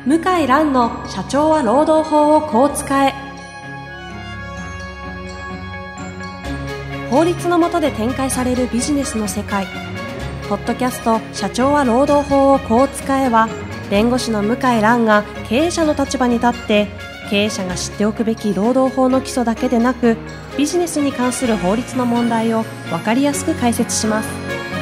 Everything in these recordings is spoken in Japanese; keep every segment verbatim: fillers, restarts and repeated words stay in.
向井蘭の社長は労働法をこう使え。法律の下で展開されるビジネスの世界。ポッドキャスト社長は労働法をこう使えは、弁護士の向井蘭が経営者の立場に立って経営者が知っておくべき労働法の基礎だけでなく、ビジネスに関する法律の問題を分かりやすく解説します。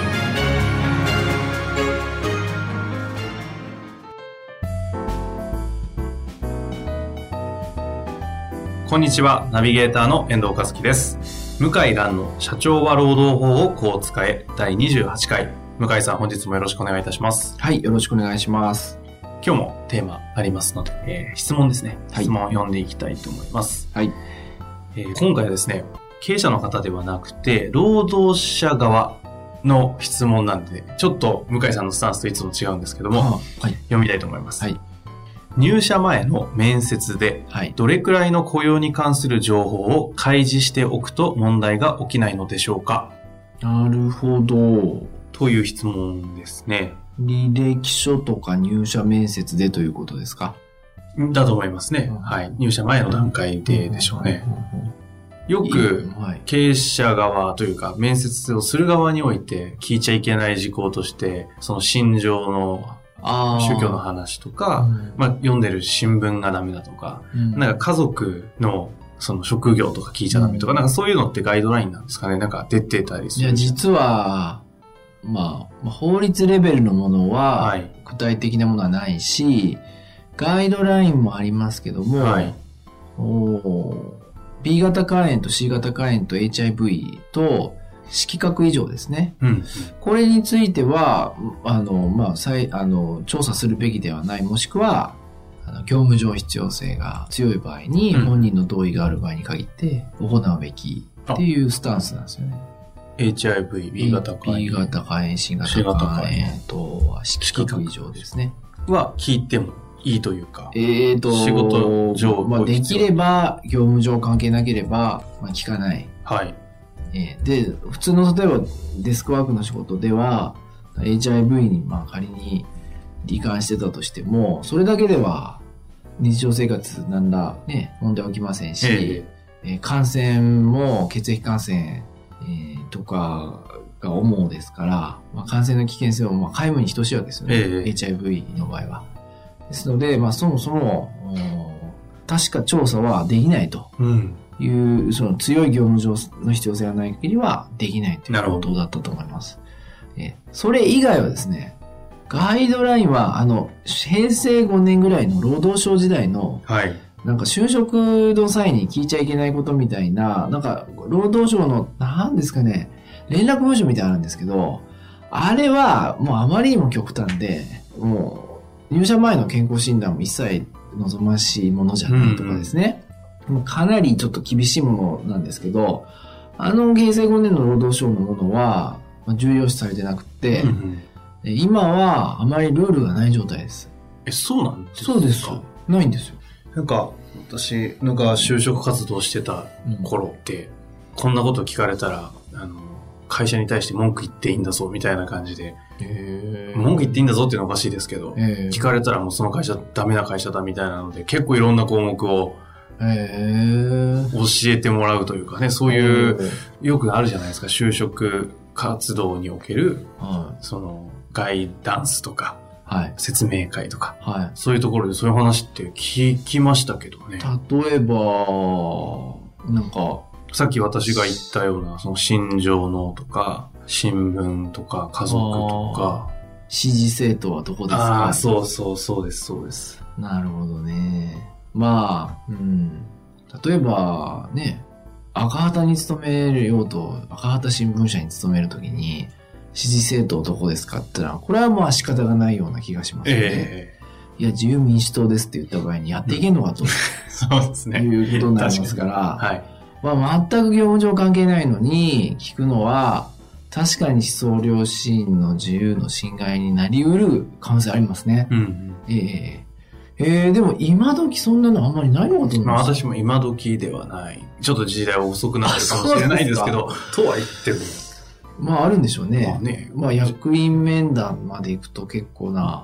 こんにちは、ナビゲーターの遠藤和樹です。向井蘭の社長は労働法をこう使えだいにじゅうはちかい。向井さん、本日もよろしくお願いいたします。 はい、よろしくお願いします。 今日もテーマありますので、えー、質問ですね、 はい、 質問を読んでいきたいと思います。 はい。 えー、今回はですね、経営者の方ではなくて労働者側の質問なんで、ちょっと向井さんのスタンスといつも違うんですけども、 はい、 読みたいと思います。 はい。 入社前の面接でどれくらいの雇用に関する情報を開示しておくと問題が起きないのでしょうか。 なるほど。 という質問ですね。 履歴書とか入社面接でということですか。 だと思いますね。はい。入社前の段階ででしょうね。よく経営者側というか面接をする側において聞いちゃいけない事項として、その心情の宗教の話とか、うん、まあ、読んでる新聞がダメだとか、うん、なんか家族のその職業とか聞いちゃダメとか、うん、なんかそういうのってガイドラインなんですかね。なんか出てたりする。 いや、実は、まあ、法律レベルのものは具体的なものはないし、はい、ガイドラインもありますけども、はい、お B 型肝炎と C 型肝炎と エイチアイブイ と色覚異常ですね、うん、これについてはあの、まあ、再あの調査するべきではない、もしくはあの業務上必要性が強い場合に、うん、本人の同意がある場合に限って行うべきっていうスタンスなんですよね。 エイチアイブイ、B 型肝炎、 B 型肝炎、C 型肝炎と色覚異常ですねは聞いてもいいというか、 えーと仕事上、 まあ、できれば業務上関係なければ、まあ、聞かない。 はい。 で、普通の例えばデスクワークの仕事では エイチアイブイ にまあ仮に罹患してたとしても、それだけでは日常生活なんらね問題は起きませんし、ええー、感染も血液感染、えー、とかが主ですから、まあ、感染の危険性はまあ皆無に等しいわけですよね、ええ、エイチアイブイ の場合は。ですので、まあ、そもそも確か調査はできないと、うんいう、その強い業務上の必要性がない限りはできないということだったと思います。えそれ以外はですね、ガイドラインは、あの、へいせいごねんぐらいの労働省時代の、はい、なんか就職の際に聞いちゃいけないことみたいな、なんか、労働省の、なんですかね、連絡文書みたいなのあるんですけど、あれはもうあまりにも極端で、もう、入社前の健康診断も一切望ましいものじゃないとかですね、うんうん、かなりちょっと厳しいものなんですけど、あのへいせいごねんの労働省のものは重要視されてなくて、うんうん、今はあまりルールがない状態です。 え、そうなんですか？ そうです。ないんですよ。 なんか私なんか就職活動してた頃って、うん、こんなこと聞かれたらあの会社に対して文句言っていいんだぞみたいな感じで、へー、文句言っていいんだぞっていうのはおかしいですけど、聞かれたらもうその会社ダメな会社だみたいなので、結構いろんな項目をへ教えてもらうというかね、そういうよくあるじゃないですか、就職活動における、はい、そのガイダンスとか、はい、説明会とか、はい、そういうところでそういう話って聞きましたけどね。 例えばなんかさっき私が言ったようなその心情のとか新聞とか家族とか、 支持政党はどこですか？ あ、そうそうそうですそうです。 なるほどね。まあ、うん、例えばね、赤旗に勤めるようと赤旗新聞社に勤めるときに支持政党どこですかってのは、これはまあ仕方がないような気がしますね。えー、いや自由民主党ですって言った場合にやっていけんのかと、うん、 そうですね、 いうことになりますから、はい、まあ、全く業務上関係ないのに聞くのは確かに思想良心の自由の侵害になりうる可能性ありますね。うんうん、えーえー、でも今時そんなのあんまりないのかと思います。 まあ私も今時ではない。ちょっと時代は遅くなってるかもしれないですけど、とは言っても。 まああるんでしょうね。まあね。まあ役員面談まで行くと結構な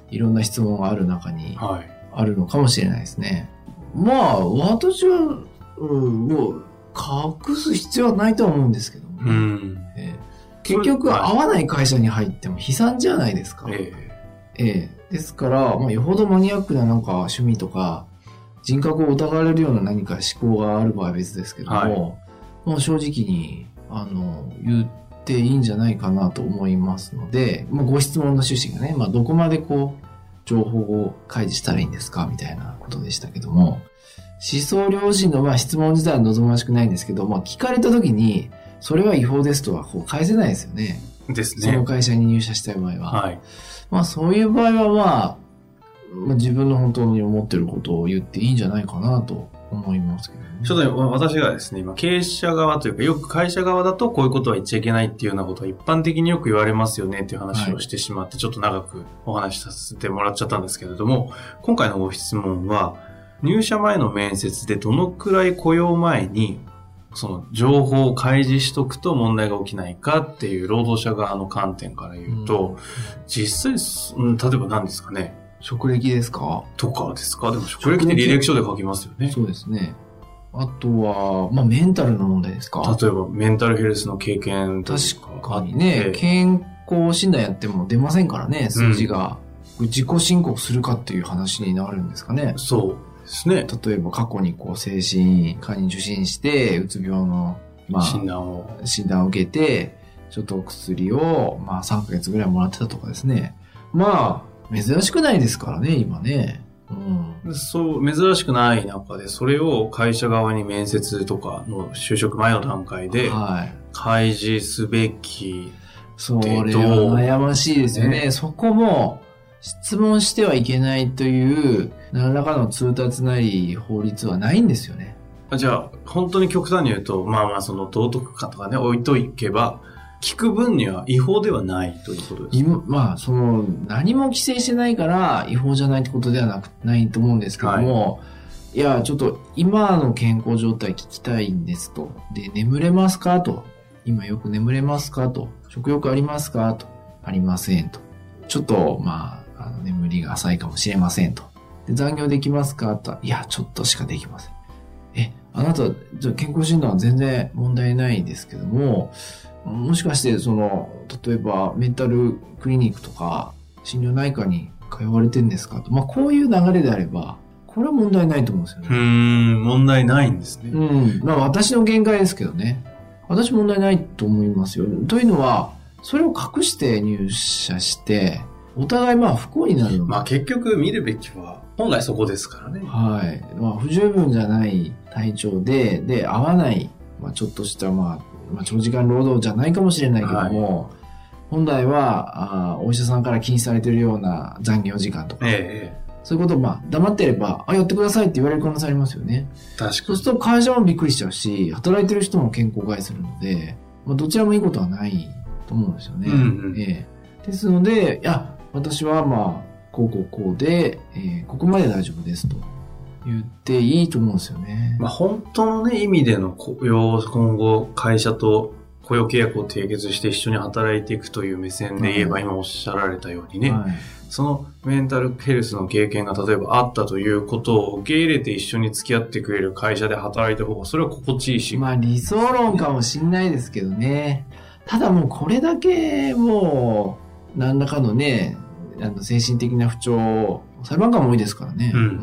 いろんな質問がある中にあるのかもしれないですね。はい、まあ私は、うん、もう隠す必要はないとは思うんですけども、ね、うんえー、結局合わない会社に入っても悲惨じゃないですか。えーえー、ですから、まあ、よほどマニアックななんか趣味とか人格を疑われるような何か思考がある場合は別ですけども、はい、もう正直にあの言っていいんじゃないかなと思いますので、まあ、ご質問の趣旨がね、まあ、どこまでこう情報を開示したらいいんですかみたいなことでしたけども、思想良心のまあ質問自体は望ましくないんですけど、まあ、聞かれた時にそれは違法ですとはこう返せないですよね。 ですね。 その会社に入社したい場合は、はい、まあそういう場合はまあまあ、自分の本当に思ってることを言っていいんじゃないかなと思いますけどね。 ちょっと私がですね、今経営者側というかよく会社側だとこういうことは言っちゃいけないっていうようなことは一般的によく言われますよねっていう話をしてしまって、はい、ちょっと長くお話しさせてもらっちゃったんですけれども、今回のご質問は入社前の面接でどのくらい雇用前にその情報を開示しとくと問題が起きないかっていう労働者側の観点から言うと、うん、実際、うん、例えば何ですかね、 職歴ですかとかですか。でも職歴って履歴書で書きますよね。 そうですね。あとは、まあメンタルの問題ですか。 例えばメンタルヘルスの経験とか。 確かにね、健康診断やっても出ませんからね、数字が。うん、自己申告するかっていう話になるんですかね。 そうですね。 例えば過去にこう精神科に受診して、うつ病の、まあ、 診断を。 診断を受けて、ちょっと薬を、まあさんかげつぐらいもらってたとかですね。まあ、珍しくないですからね、今ね。 うん、そう、珍しくない中で、それを会社側に面接とかの就職前の段階で、開示すべき、 はい、それは悩ましいですよね。ね、そこも、質問してはいけないという、何らかの通達なり法律はないんですよね。 じゃあ、本当に極端に言うと、まあまあ、その道徳観とかね、置いといけば、聞く分には違法ではないということですか。 まあ、その、何も規制してないから違法じゃないってことではなく、ないと思うんですけども、はい、いや、ちょっと今の健康状態聞きたいんですと。で、眠れますかと。今よく眠れますかと。食欲ありますかと。ありませんと。ちょっと、まあ、あの眠りが浅いかもしれませんと。で、残業できますかと。いや、ちょっとしかできません。え、あなた、じゃ健康診断は全然問題ないですけども、もしかして、その、例えば、メンタルクリニックとか、心療内科に通われてるんですかと。まあ、こういう流れであれば、これは問題ないと思うんですよね。 うーん、問題ないんですね。 うん。まあ、私の見解ですけどね。私問題ないと思いますよ。というのは、それを隠して入社して、お互いまあ不幸になるの。 まあ、結局見るべきは、本来そこですからね。 はい。まあ、不十分じゃない体調で、で、合わない、まあ、ちょっとした、まあ、まあ、長時間労働じゃないかもしれないけども、はい、本来はあお医者さんから禁止されているような残業時間とか、ええ、そういうことをまあ黙ってれば、あ、やってくださいって言われる可能性ありますよね。 確かに。 そうすると会社もびっくりしちゃうし、働いてる人も健康害するので、まあ、どちらもいいことはないと思うんですよね。うんうん、ええ、ですので、いや、私はまあ、こうこうこうで、えー、ここまで大丈夫ですと。言っていいと思うんですよね。 まあ、本当のね、意味での雇用、今後会社と雇用契約を締結して一緒に働いていくという目線で言えば、はい、今おっしゃられたようにね、はい、そのメンタルヘルスの経験が例えばあったということを受け入れて一緒に付き合ってくれる会社で働いた方がそれは心地いいし。 まあ理想論かもしんないですけどね。ただもうこれだけもう何らかのね、あの精神的な不調、裁判官も多いですからね、うんうん、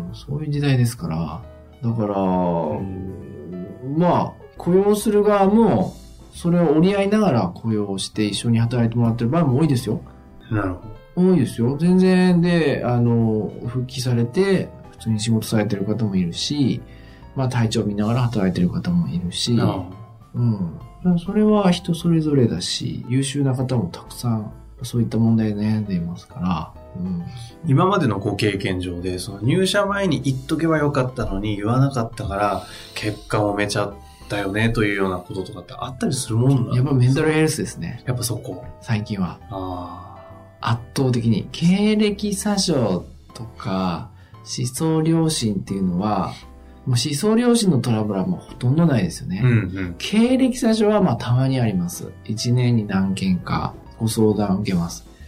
そういう時代ですから、だから、うん、まあ雇用する側もそれを折り合いながら雇用して一緒に働いてもらってる場合も多いですよ。 なるほど。多いですよ。全然で、あの復帰されて普通に仕事されてる方もいるし、まあ体調を見ながら働いてる方もいるし、うん、それは人それぞれだし、優秀な方もたくさんそういった問題で悩んでいますから。うん、 今までのご経験上でその入社前に言っとけばよかったのに言わなかったから結果をめちゃったよねというようなこととかってあったりするもんなんですか？ やっぱメンタルヘルスですね。 やっぱそこ最近はあ圧倒的に経歴詐称とか思想良心っていうのはもう思想良心のトラブルはもうほとんどないですよね、うんうん、経歴詐称はまあたまにあります。いちねんに何件かご相談を受けます。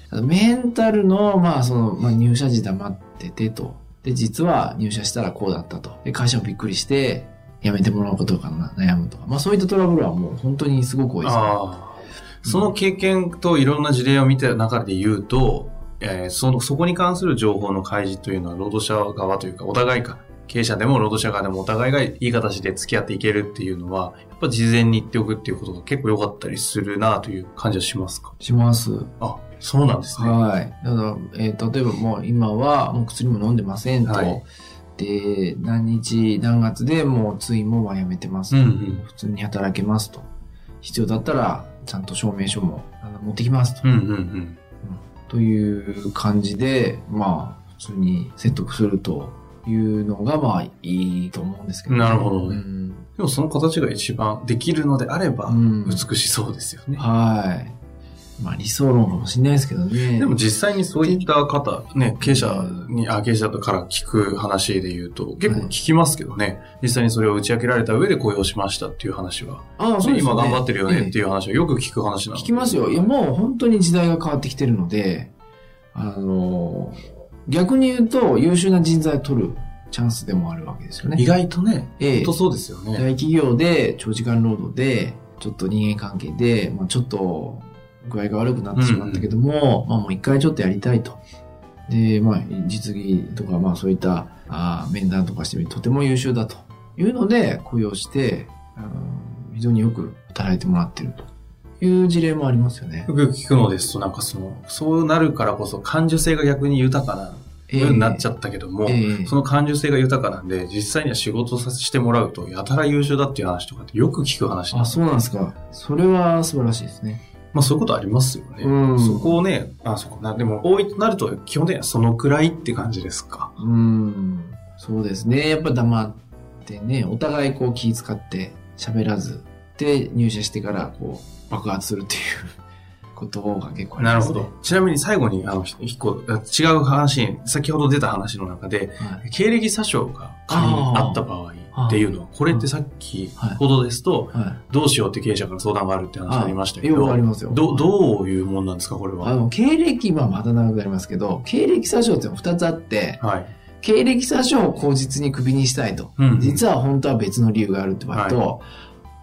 メンタルの、まあその、まあ入社時黙っててと。で、実は入社したらこうだったと。で、会社もびっくりして、辞めてもらうことかな、悩むとか。まあそういったトラブルはもう本当にすごく多いです、ね。 あその経験といろんな事例を見た中で言うと、えー、その、そこに関する情報の開示というのは労働者側というか、お互いか、経営者でも労働者側でもお互いがいい形で付き合っていけるっていうのは、やっぱ事前に言っておくっていうことが結構良かったりするなという感じはしますか？ します。 あ、そうなんですね。 はい。だから、えー、例えばもう今はもう薬も飲んでませんと。はい、で、何日何月でもう通院もやめてます、うんうん。普通に働けますと。必要だったらちゃんと証明書もあの持ってきますと。うんうんうんうん、という感じで、まあ、普通に説得するというのが、まあ、いいと思うんですけど、ね。 なるほどね。うん、でもその形が一番できるのであれば、美しそうですよね。 うん、はい。まあ理想論かもしれないですけどね。 でも実際にそういった方、ね、経営者に、あ、経営者から聞く話で言うと、結構聞きますけどね、はい、実際にそれを打ち明けられた上で雇用しましたっていう話は。ああ、そうですね。今頑張ってるよねっていう話はよく聞く話なので。 聞きますよ。いや、もう本当に時代が変わってきてるので、あの、逆に言うと優秀な人材を取るチャンスでもあるわけですよね。 意外とね、ええ、本当そうですよね。 大企業で長時間労働で、ちょっと人間関係で、まあ、ちょっと、具合が悪くなってしまったけども、うんうん、まあもう一回ちょっとやりたいと。で、まあ実技とかまあそういったあ面談とかしてみてとても優秀だというので雇用して、あの非常によく働いてもらっているという事例もありますよね。 よく聞くのですとなんかその、そうなるからこそ感受性が逆に豊かなようになっちゃったけども、えーえー、その感受性が豊かなんで実際には仕事させてもらうとやたら優秀だっていう話とかってよく聞く話なんです。 あ、そうなんですか。それは素晴らしいですね。 まあそういうことありますよね。うん、そこをね、あ、そこな、でも多いとなると基本的にはそのくらいって感じですか。 うん、そうですね。やっぱ黙ってね、お互いこう気遣って喋らずで入社してからこう爆発するっていうことが結構ありますね。 なるほど。ちなみに最後にあの一個違う話、先ほど出た話の中で、はい、経歴詐称が仮にあった場合っていうのは、これってさっきほどですと、はいはい、どうしようって経営者から相談があるって話ありましたけど、 ありますよ。 ど、どういうもんなんですか、これは。 あの、経歴はまだ長くなりますけど、経歴詐称ってふたつあって、はい、経歴詐称を口実にクビにしたいと、うんうん。実は本当は別の理由があるって場合と、はい、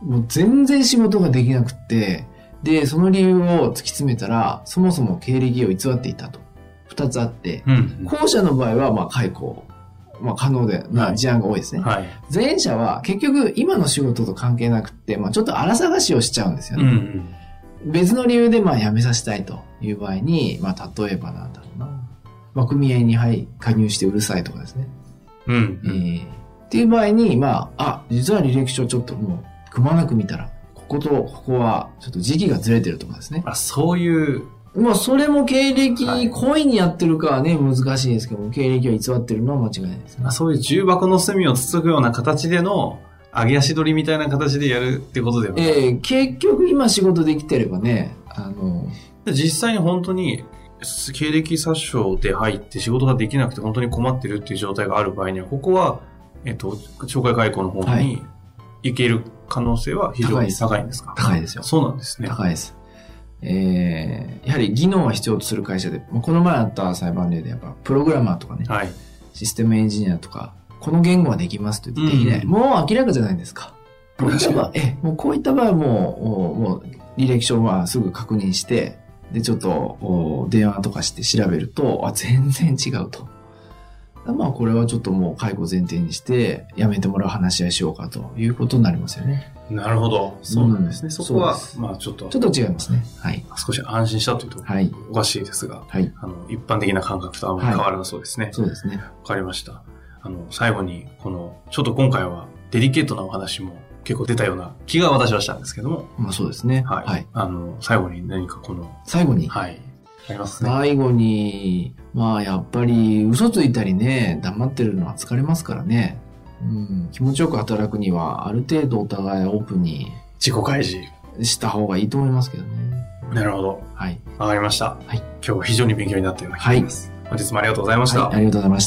もう全然仕事ができなくって、で、その理由を突き詰めたら、そもそも経歴を偽っていたと。二つあって、うんうん、後者の場合は、まあ、解雇、まあ、可能で、な事案が多いですね。はい、前者は、結局、今の仕事と関係なくって、まあ、ちょっと荒探しをしちゃうんですよね。うんうん、別の理由で、まあ、辞めさせたいという場合に、まあ、例えばなんだろうな。まあ、組合に、はい、加入してうるさいとかですね。うんうん、えー、っていう場合に、まあ、あ、実は履歴書ちょっともう、くまなく見たら、こことここはちょっと時期がずれてるとかですね。 あ、そういう。 まあそれも経歴故意にやってるかはね、難しいですけども、経歴を偽ってるのは間違いないですね。 あ、そういう重箱の隅をつつくような形での上げ足取りみたいな形でやるってことではない。 ええー、結局今仕事できてればね、あの実際に本当に経歴詐称で入って仕事ができなくて本当に困ってるっていう状態がある場合には、ここはえっと懲戒解雇の方に行ける可能性は非常に高いんですか？ 高いですよ。 そうなんですね。 高いです。えー、やはり技能は必要とする会社で、この前あった裁判例でやっぱプログラマーとかね、はい、システムエンジニアとか、この言語はできますと言ってできない。うん、もう明らかじゃないですか。こういった場合、え、もうこういった場合はもう、もう履歴書はすぐ確認して、で、ちょっと電話とかして調べると、あ、全然違うと。まあこれはちょっともう解雇前提にしてやめてもらう話し合いしようかということになりますよね。 なるほど。そうなんですね。うん、そこはまあちょっとちょっと違いますね。はい。 少し安心したというとおかしいですが、はい、あの一般的な感覚とあんまり変わらなそうですね。はい、 そうですね。 わかりました。あの最後にこのちょっと今回はデリケートなお話も結構出たような気が私はしたんですけども、 まあそうですね。 はい。はい、あの最後に何かこの最後にはい。ありますね。 最後に、まあやっぱり嘘ついたりね、黙ってるのは疲れますからね。うん、気持ちよく働くにはある程度お互いオープンに自己開示した方がいいと思いますけどね。 なるほど。はい。わかりました。はい。今日は非常に勉強になったような気がします。はい。本日もありがとうございました。 はい、ありがとうございました。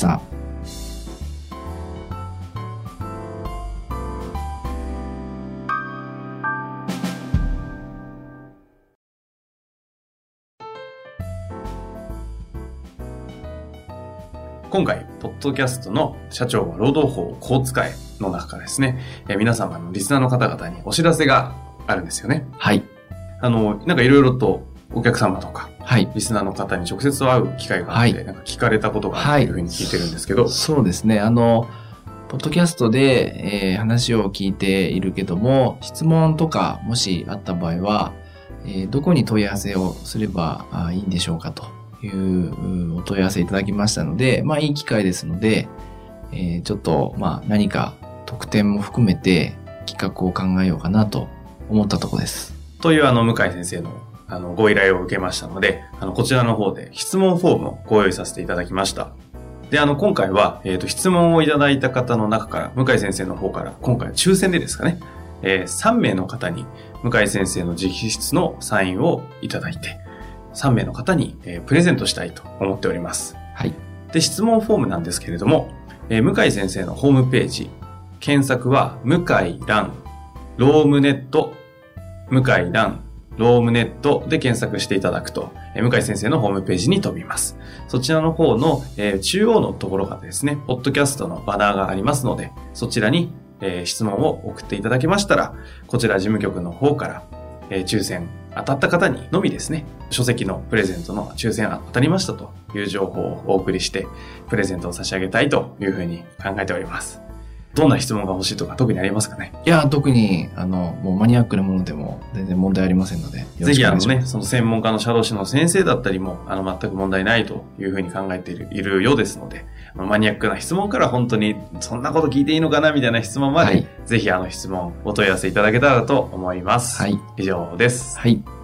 今回、ポッドキャストの社長は労働法をこう使えの中からですね、えー、皆様のリスナーの方々にお知らせがあるんですよね。 はい。 あの、なんかいろいろとお客様とか、 はい、 リスナーの方に直接会う機会があって、はい、なんか聞かれたことがあるというふうに聞いてるんですけど、はい、 そうですね。あの、ポッドキャストで、えー、話を聞いているけども、質問とかもしあった場合は、えー、どこに問い合わせをすればあいいんでしょうかというお問い合わせいただきましたので、まあいい機会ですので、えー、ちょっとまあ何か特典も含めて企画を考えようかなと思ったところです。 というあの向井先生のあのご依頼を受けましたので、あのこちらの方で質問フォームをご用意させていただきました。で、あの今回は、えーと、質問をいただいた方の中から、向井先生の方から今回抽選でですかね、えー、さんめいの方に向井先生の直筆のサインをいただいて、さんめいの方に、えー、プレゼントしたいと思っております。 はい。 で、質問フォームなんですけれども、えー、向井先生のホームページ、検索は向井蘭ロームネット、向井蘭ロームネットで検索していただくと、えー、向井先生のホームページに飛びます。そちらの方の、えー、中央のところがですね、ポッドキャストのバナーがありますので、そちらに、えー、質問を送っていただけましたら、こちら事務局の方から、えー、抽選当たった方にのみですね、書籍のプレゼントの抽選当たりましたという情報をお送りして、プレゼントを差し上げたいというふうに考えております。どんな質問が欲しいとか特にありますかね？ いや、特に、あの、もうマニアックなものでも全然問題ありませんので。 ぜひあのね、その専門家の社労士の先生だったりも、あの、全く問題ないというふうに考えている、いるようですので、マニアックな質問から本当にそんなこと聞いていいのかなみたいな質問まで、はい、ぜひあの質問お問い合わせいただけたらと思います。はい。以上です。 はい。